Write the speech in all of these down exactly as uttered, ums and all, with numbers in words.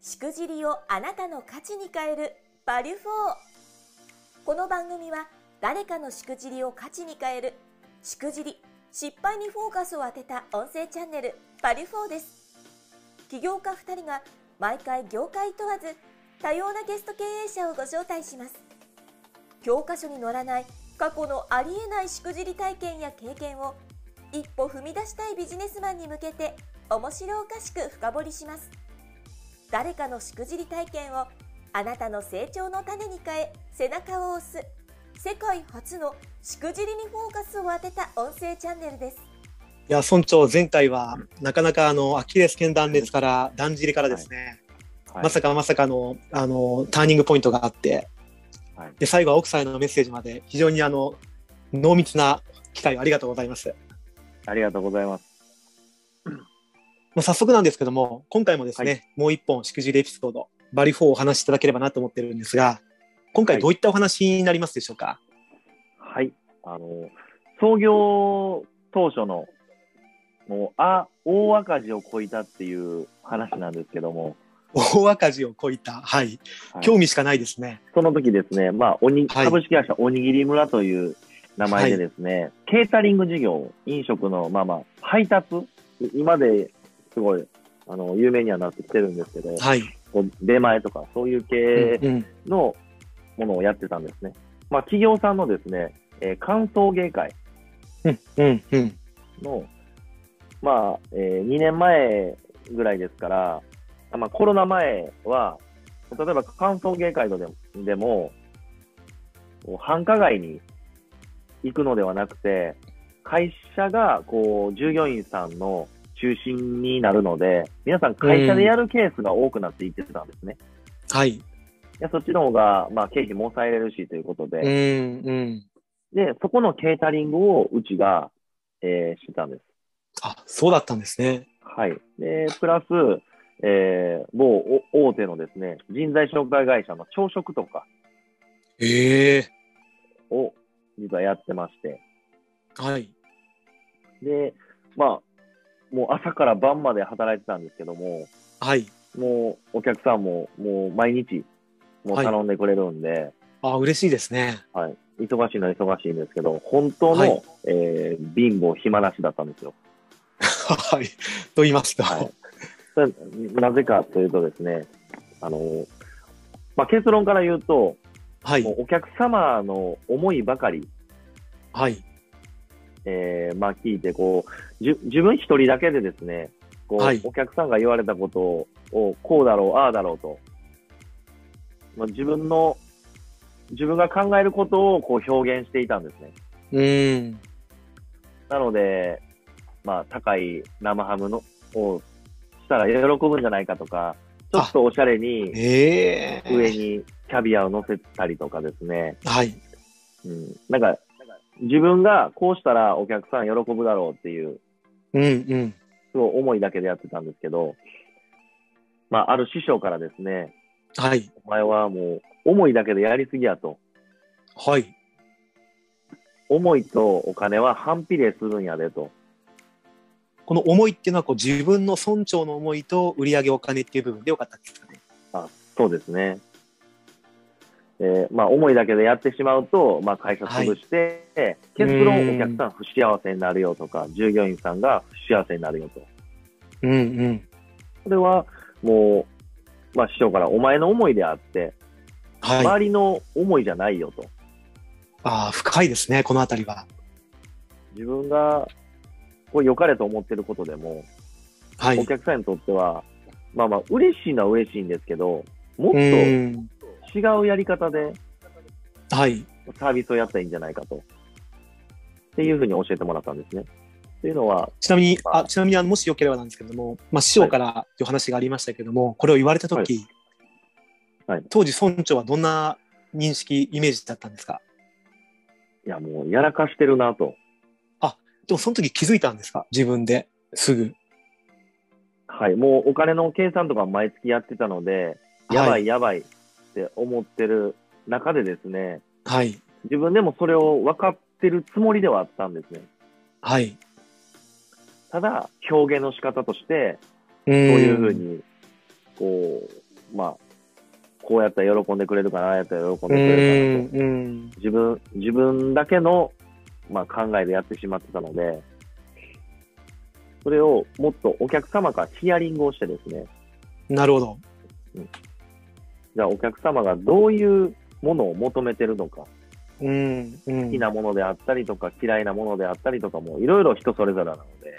しくじりをあなたの価値に変えるバリュフォー。この番組は誰かのしくじりを価値に変えるしくじり失敗にフォーカスを当てた音声チャンネルバリュフォーです。起業家ふたりが毎回業界問わず多様なゲスト経営者をご招待します。教科書に載らない過去のありえないしくじり体験や経験を一歩踏み出したいビジネスマンに向けて面白おかしく深掘りします。誰かのしくじり体験をあなたの成長の種に変え背中を押す世界初のしくじりにフォーカスを当てた音声チャンネルです。 いや村長、前回はなかなかあのアキレス腱断裂からだんじりからですね、はいはい、まさかまさかのあのターニングポイントがあって、はい、で最後は奥さんへのメッセージまで非常にあの濃密な機会をありがとうございます。 ありがとうございます。 まあ、早速なんですけども、今回もですね、はい、もう一本しくじりエピソードバリフォーをお話しいただければなと思ってるんですが、今回どういったお話になりますでしょうか？ はい、あの創業当初のもうあ大赤字を超えたっていう話なんですけども、 大赤字を超えた、はい、はい、興味しかないですね。 その時ですね、まあおに、はい、株式会社おにぎり村という名前でですね、はい、ケータリング事業、飲食のまあまあ配達、今ですごいあの有名にはなってきてるんですけど、はい、こう出前とかそういう系のものをやってたんですね。うんうん、まあ企業さんのですね、えー、歓送迎会の、うんうんうん、まあ、えー、にねんまえぐらいですから、まあコロナ前は例えば歓送迎会でも、でも繁華街に行くのではなくて、会社がこう従業員さんの中心になるので、皆さん会社でやるケースが多くなっていってたんですね。 うん、はい。いやそっちの方が、まあ、経費も抑えれるしということで、 うんうん、 で、そこのケータリングをうちが、えー、してたんです。 あ、そうだったんですね。 はい。で、プラス、えー、某大手のですね、人材紹介会社の朝食とか、 ええー、を実はやってまして、 はい。 で、まあ、もう朝から晩まで働いてたんですけども、 はい。 もうお客さんももう毎日もう頼んでくれるんで、はい、 あ、嬉しいですね。 はい。忙しいのは忙しいんですけど、本当の、はい、えー、貧乏暇なしだったんですよ。 はい。と言いますと、はい、 なぜかというとですね、あの、まあ、結論から言うと、はい、もうお客様の思いばかり、 はい。 えー、まあ聞いてこうじ自分一人だけでですねこう、はい、お客さんが言われたことをこうだろうああだろうと、まあ、自分の自分が考えることをこう表現していたんですね。 うんなので、まあ、高い生ハムのをしたら喜ぶんじゃないかとか、ちょっとおしゃれに上にキャビアを乗せたりとかですね、 はい、 うん、なんか自分がこうしたらお客さん喜ぶだろうっていう、 うんうん、 すごい思いだけでやってたんですけど、まあ、ある師匠からですね、 はい、 お前はもう思いだけでやりすぎやと。 はい。 思いとお金は反比例するんやでと。 この思いっていうのはこう自分の村長の思いと売上お金っていう部分でよかったんですかね。 あ、そうですね。えー、まあ思いだけでやってしまうと、まあ会社潰して、はい、結論お客さん不幸せになるよとか、従業員さんが不幸せになるよと。 うんうん。 それはもう、まあ師匠からお前の思いであって、はい、周りの思いじゃないよと。 ああ、深いですね、このあたりは。 自分がこう良かれと思ってることでも、はい、お客さんにとっては、まあまあ嬉しいのは嬉しいんですけど、もっと違うやり方で、はい、サービスをやったらいいんじゃないかと。っていうふうに教えてもらったんですね。っていうのは、 ちなみに、あ、ちなみにあのもしよければなんですけども、まあ、師匠からという話がありましたけども、はい、これを言われたとき、はいはい、当時村長はどんな認識、イメージだったんですか？ いや、もうやらかしてるなと。 あ、でもその時気づいたんですか？自分ですぐ。 はい、もうお金の計算とか毎月やってたので、やばいやばいって思ってる中でですね、はい、自分でもそれを分かってるつもりではあったんですね。はい。ただ、表現の仕方として、そういうふうに、こう、 まあ、こうやったら喜んでくれるかな、ああやったら喜んでくれるかなと。うん、自分、自分だけの、まあ、考えでやってしまってたので、それをもっとお客様からヒアリングをしてですね。 なるほど。 うん、じゃあお客様がどういうものを求めてるのか。 うんうん、 好きなものであったりとか嫌いなものであったりとかもいろいろ人それぞれなので、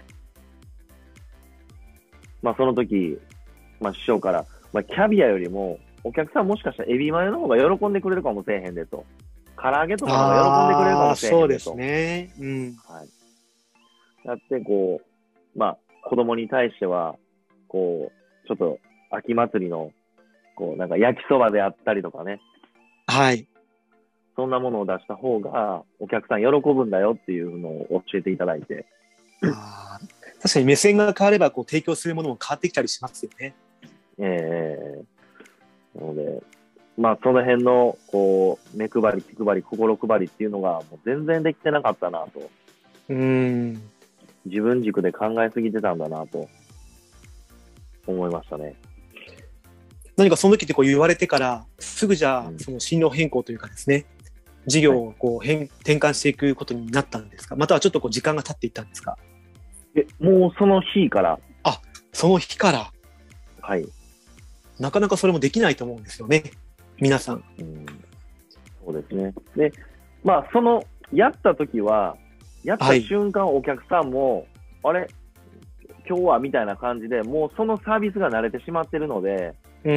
まあその時、まあ師匠から、まあキャビアよりもお客さんもしかしたらエビマヨの方が喜んでくれるかもしれへんでと。唐揚げとかの方が喜んでくれるかもしれへんでと。 そうですね。うん。 はい。やってこう、まあ子供に対しては、こう、ちょっと秋祭りの、こうなんか焼きそばであったりとかね。 はい。 そんなものを出した方がお客さん喜ぶんだよっていうのを教えていただいて。 あ、確かに目線が変わればこう提供するものも変わってきたりしますよね。 ええー、なので、まあその辺のこう目配り、気配り、心配りっていうのがもう全然できてなかったなと。 うーん。 自分軸で考えすぎてたんだなと思いましたね。 何かその時ってこう言われてからすぐじゃあその進路変更というかですね、事業をこう変、はい、転換していくことになったんですか？またはちょっとこう時間が経っていったんですか？ え、もうその日から。 あ、その日から。 はい。 なかなかそれもできないと思うんですよね、皆さん。 うん、そうですね。で、まあそのやった時は、やった瞬間お客さんも、はい、あれ今日はみたいな感じで、もうそのサービスが慣れてしまってるので、 うん、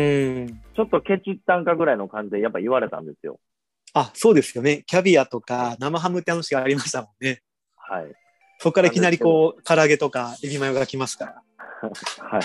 ちょっとケチったんかぐらいの感じでやっぱ言われたんですよ。 あ、そうですよね。キャビアとか生ハムって話がありましたもんね。 はい。 そこからいきなりこう、唐揚げとかエビマヨが来ますから。 はい。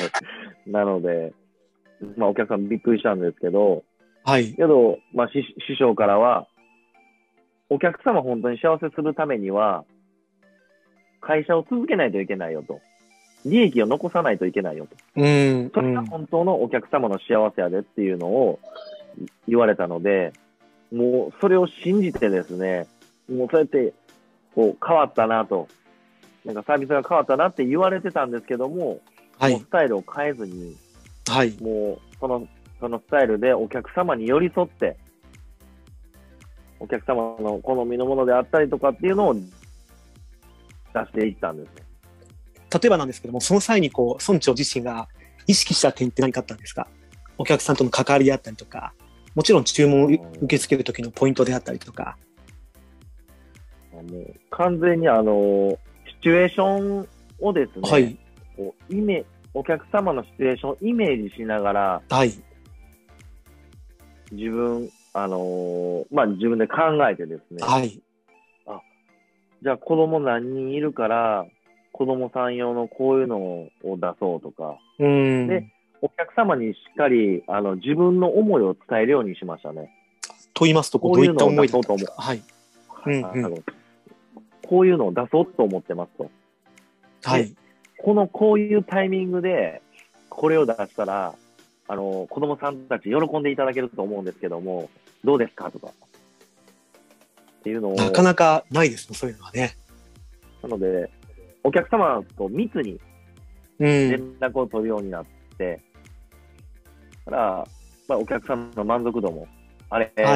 なので、まあお客さんびっくりしたんですけど、 はい。 けど、まあ師匠からは、お客様本当に幸せするためには、会社を続けないといけないよと。利益を残さないといけないよと。 うん。 それが本当のお客様の幸せやでっていうのを言われたので、もうそれを信じてですね、もうそうやってこう変わったなと、なんかサービスが変わったなって言われてたんですけども、はい、もうスタイルを変えずに、はい、もうその、そのスタイルでお客様に寄り添って、お客様の好みのものであったりとかっていうのを出していったんですね。 例えばなんですけども、その際にこう村長自身が意識した点って何かあったんですか？お客さんとの関わりであったりとか、もちろん注文を受け付ける時のポイントであったりとか。 もう完全にあのシチュエーションをですね、はい、こうイメお客様のシチュエーションをイメージしながら、はい、自分あのー、まあ自分で考えてですね、はい、あ、じゃあ子供何人いるから子供さん用のこういうのを出そうとか、うん、でお客様にしっかりあの自分の思いを伝えるようにしましたね。 と言いますと、こういった思いだったんですか？はい。 うんうん、こういうのを出そうと思ってますと。はい。このこういうタイミングでこれを出したら、あの子供さんたち喜んでいただけると思うんですけども、どうですかとかっていうのを。 なかなかないですね、そういうのはね。 なのでお客様と密に連絡を取るようになって。うんから、まあ、お客さんの満足度も、あれ、はい、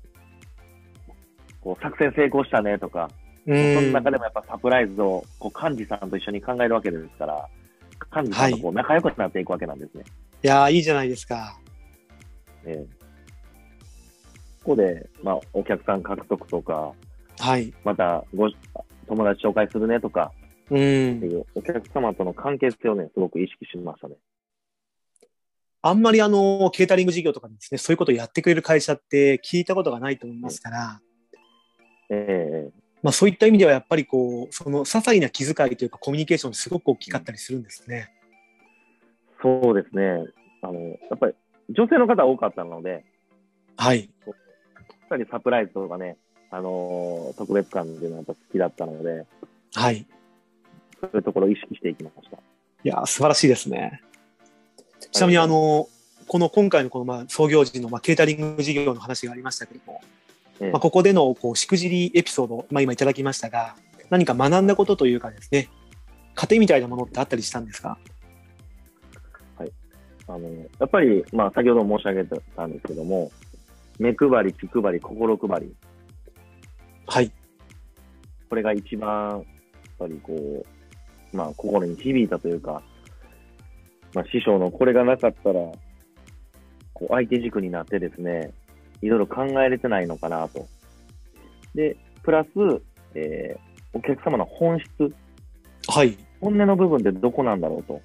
こう作戦成功したねとか、その中でもやっぱサプライズをこう幹事さんと一緒に考えるわけですから、幹事さんとこう仲良くなっていくわけなんですね。はい、 いやー、いいじゃないですか。 えー、ここで、まあ、お客さん獲得とか、はい、またご友達紹介するねとか、うん、っていうお客様との関係性をね、すごく意識しましたね。 あんまりあの、ケータリング事業とかですね、そういうことをやってくれる会社って聞いたことがないと思いますから、えーまあ、そういった意味ではやっぱりこう、その些細な気遣いというかコミュニケーションすごく大きかったりするんですね。 そうですね。あの、やっぱり女性の方多かったので、はい。やっぱりサプライズとかね、あのー、特別感っていうのはやっぱ好きだったので、はい。そういうところを意識していきました。 いやー、素晴らしいですね。ちなみにあのこの今回のこのまあ創業時のまあケータリング事業の話がありましたけれども、ええまあ、ここでのこうしくじりエピソード、まあ、今いただきましたが、何か学んだことというかですね、糧みたいなものってあったりしたんですか？ はい、 あの、やっぱり、まあ、先ほど申し上げたんですけども、目配り、気配り、心配り。 はい。 これが一番、やっぱりこう、まあ、心に響いたというか、まあ、師匠のこれがなかったら、こう、相手軸になってですね、いろいろ考えれてないのかなと。で、プラス、えー、お客様の本質。 はい。 本音の部分ってどこなんだろうと。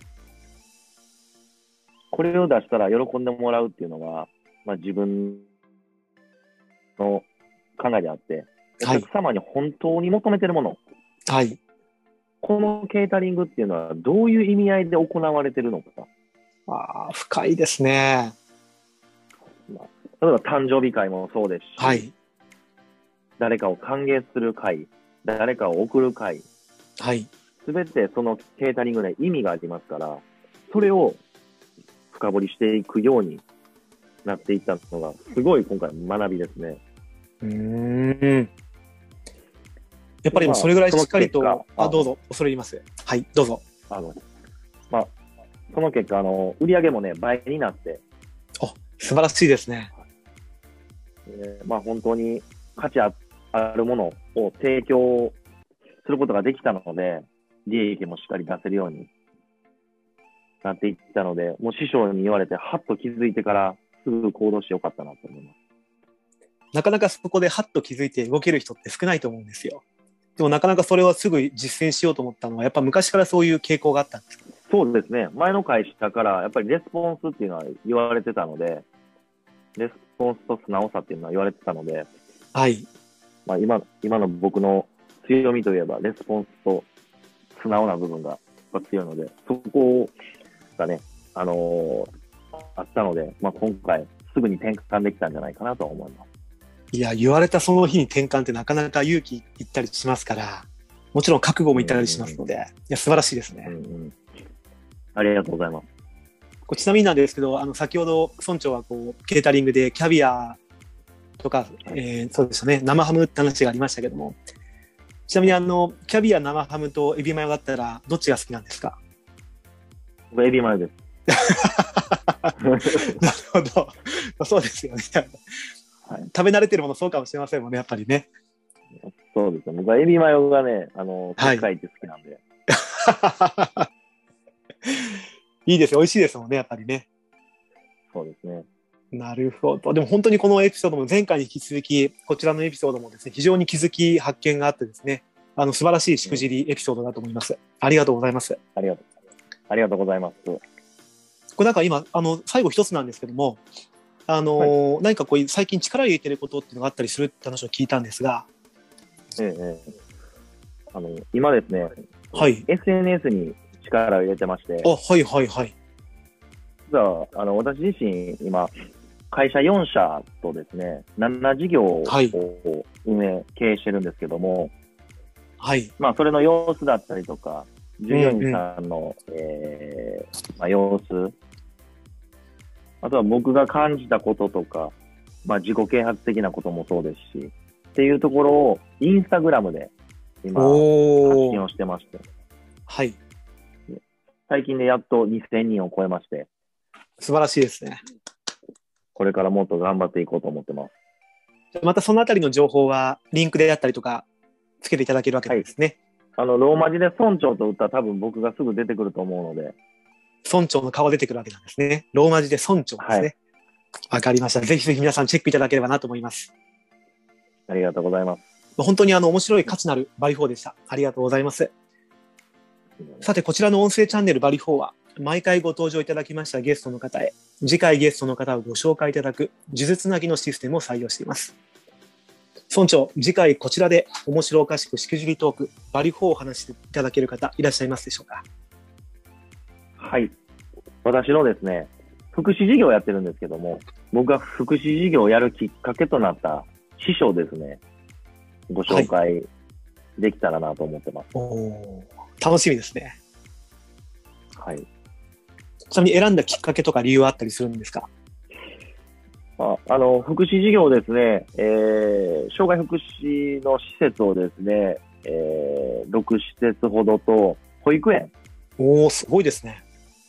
これを出したら喜んでもらうっていうのが、まあ、自分の考えであって、お客様に本当に求めてるもの。 はい。 このケータリングっていうのはどういう意味合いで行われてるのか。 ああ、深いですね。 まあ、例えば誕生日会もそうですし、 はい。 誰かを歓迎する会、誰かを送る会。 はい。 すべてそのケータリングで意味がありますから、それを深掘りしていくようになっていったのが、すごい今回学びですね。 うーん。やっぱりもうそれぐらいしっかりと、まあ、あ、どうぞ、恐れ入ります。はい、どうぞ。 あの、まあ、その結果、あの、売り上げもね、倍になって。 あ、素晴らしいですね。 えー、まあ、本当に価値あるものを提供することができたので、利益もしっかり出せるようになっていったので、もう師匠に言われて、はっと気づいてからすぐ行動してよかったなと思います。 なかなかそこではっと気づいて動ける人って少ないと思うんですよ。でもなかなかそれをすぐ実践しようと思ったのは、やっぱ昔からそういう傾向があったんですか？ そうですね。前の会社からやっぱりレスポンスっていうのは言われてたので、レスポンスと素直さっていうのは言われてたので、 はい。 まあ今、今の僕の強みといえば、レスポンスと素直な部分が強いので、そこがね、あのー、あったので、まあ今回すぐに転換できたんじゃないかなと思います。 いや、言われたその日に転換ってなかなか勇気いったりしますから、もちろん覚悟もいったりしますので、うんうん、いや、素晴らしいですね。うんうん、 ありがとうございます。 こちなみになんですけど、あの、先ほど村長はこう、ケータリングでキャビアとか、はい、えー、そうですよね、生ハムって話がありましたけども、ちなみにあの、キャビア、生ハムとエビマヨだったら、どっちが好きなんですか？ 僕、エビマヨです。 なるほど。そうですよね。はい、食べ慣れてるものそうかもしれませんもんね、やっぱりね。 そうですね。僕はエビマヨがね、あの、高いって好きなんで。 はい、いいですよ。美味しいですもんね、やっぱりね。 そうですね。 なるほど。でも本当にこのエピソードも前回に引き続き、こちらのエピソードもですね、非常に気づき、発見があってですね、あの、素晴らしいしくじりエピソードだと思います。ありがとうございます。 ありがとう。ありがとうございます。これなんか今、あの、最後一つなんですけども、あのーはい、何かこう最近力を入れてることっていうのがあったりするって話を聞いたんですが、 ええ、あの今ですね、 はい、 エスエヌエス に力を入れてまして、 あ、はいはいはい。 実はあの私自身今会社よん社とですね、なな事業を運営、はい、経営してるんですけども、 はい、 まあそれの様子だったりとか、従業員さんの、うんうん、えー、まあ、様子。あとは僕が感じたこととか、まあ自己啓発的なこともそうですし、っていうところをインスタグラムで今発信をしてまして。 はい。 最近でやっとにせんにんを超えまして。 素晴らしいですね。 これからもっと頑張っていこうと思ってます。 じゃまたそのあたりの情報はリンクであったりとかつけていただけるわけですね。 はい、あの、ローマ字で村長と打ったら多分僕がすぐ出てくると思うので。 村長の顔が出てくるわけなんですね。ローマ字で村長ですね。わ、はい、かりました。ぜひぜひ皆さんチェックいただければなと思います。 ありがとうございます。 本当にあの面白い価値のあるバリフォーでした。ありがとうございます。さて、こちらの音声チャンネルバリフォーは、毎回ご登場いただきましたゲストの方へ、次回ゲストの方をご紹介いただく、数珠つなぎのシステムを採用しています。村長、次回こちらで面白おかしくしくじりトーク、バリフォーをお話していただける方、いらっしゃいますでしょうか？ はい。私のですね、福祉事業をやってるんですけども、僕が福祉事業をやるきっかけとなった師匠ですね、ご紹介できたらなと思ってます。 はい、おー、楽しみですね。 はい。 ちなみに選んだきっかけとか理由はあったりするんですか？ あ, あの、福祉事業ですね、えー、障害福祉の施設をですね、えー、ろく施設ほどと、保育園。 おー、すごいですね。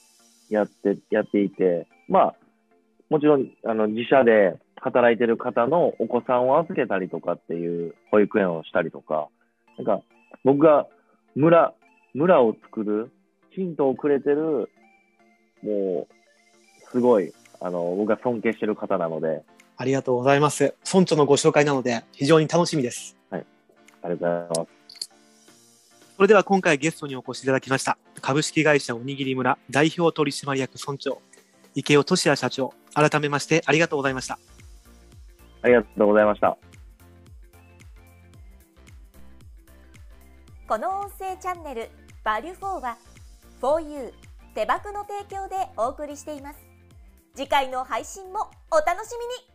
やって、やっていて、まあ、もちろん、あの、自社で働いてる方のお子さんを預けたりとかっていう保育園をしたりとか、なんか、僕が村、村を作るヒントをくれてる、もう、すごい、あの、僕が尊敬してる方なので。 ありがとうございます。村長のご紹介なので、非常に楽しみです。 はい。ありがとうございます。 それでは今回ゲストにお越しいただきました、株式会社おにぎり村代表取締役村長、池尾俊也社長、改めましてありがとうございました。 ありがとうございました。 この音声チャンネルバリュフォーは フォーユー 手箱の提供でお送りしています。次回の配信もお楽しみに。